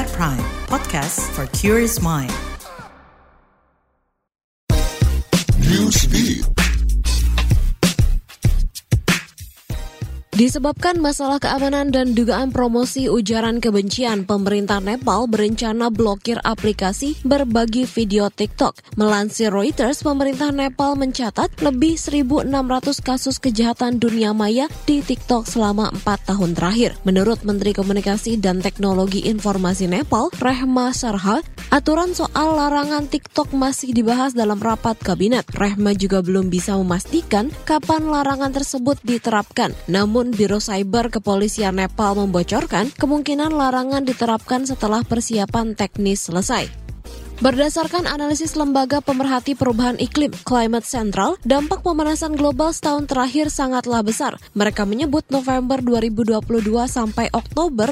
At Prime, podcast for curious mind. Newsbeat. Disebabkan masalah keamanan dan dugaan promosi ujaran kebencian, pemerintah Nepal berencana blokir aplikasi berbagi video TikTok. Melansir Reuters, pemerintah Nepal mencatat lebih 1.600 kasus kejahatan dunia maya di TikTok selama 4 tahun terakhir. Menurut Menteri Komunikasi dan Teknologi Informasi Nepal, Rehma Sarha, aturan soal larangan TikTok masih dibahas dalam rapat kabinet. Rehma juga belum bisa memastikan kapan larangan tersebut diterapkan. Namun Biro Cyber Kepolisian Nepal membocorkan kemungkinan larangan diterapkan setelah persiapan teknis selesai. Berdasarkan analisis Lembaga Pemerhati Perubahan Iklim, Climate Central, dampak pemanasan global setahun terakhir sangatlah besar. Mereka menyebut November 2022 sampai Oktober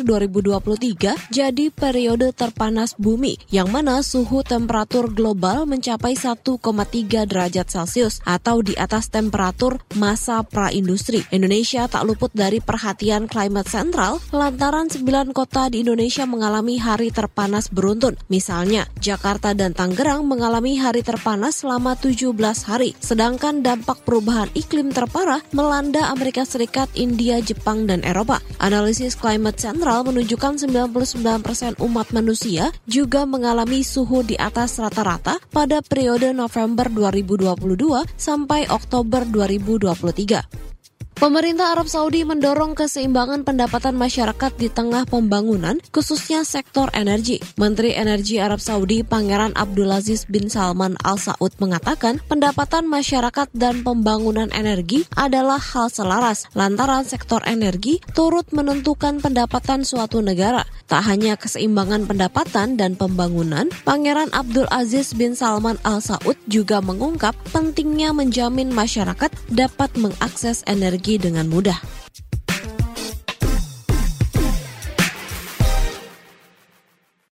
2023 jadi periode terpanas bumi, yang mana suhu temperatur global mencapai 1,3 derajat Celcius atau di atas temperatur masa praindustri. Indonesia tak luput dari perhatian Climate Central lantaran 9 kota di Indonesia mengalami hari terpanas beruntun. Misalnya, Jakarta dan Tangerang mengalami hari terpanas selama 17 hari, sedangkan dampak perubahan iklim terparah melanda Amerika Serikat, India, Jepang, dan Eropa. Analisis Climate Central menunjukkan 99% umat manusia juga mengalami suhu di atas rata-rata pada periode November 2022 sampai Oktober 2023. Pemerintah Arab Saudi mendorong keseimbangan pendapatan masyarakat di tengah pembangunan, khususnya sektor energi. Menteri Energi Arab Saudi Pangeran Abdulaziz bin Salman Al Saud mengatakan pendapatan masyarakat dan pembangunan energi adalah hal selaras, lantaran sektor energi turut menentukan pendapatan suatu negara. Tak hanya keseimbangan pendapatan dan pembangunan, Pangeran Abdulaziz bin Salman Al Saud juga mengungkap pentingnya menjamin masyarakat dapat mengakses energi dengan mudah.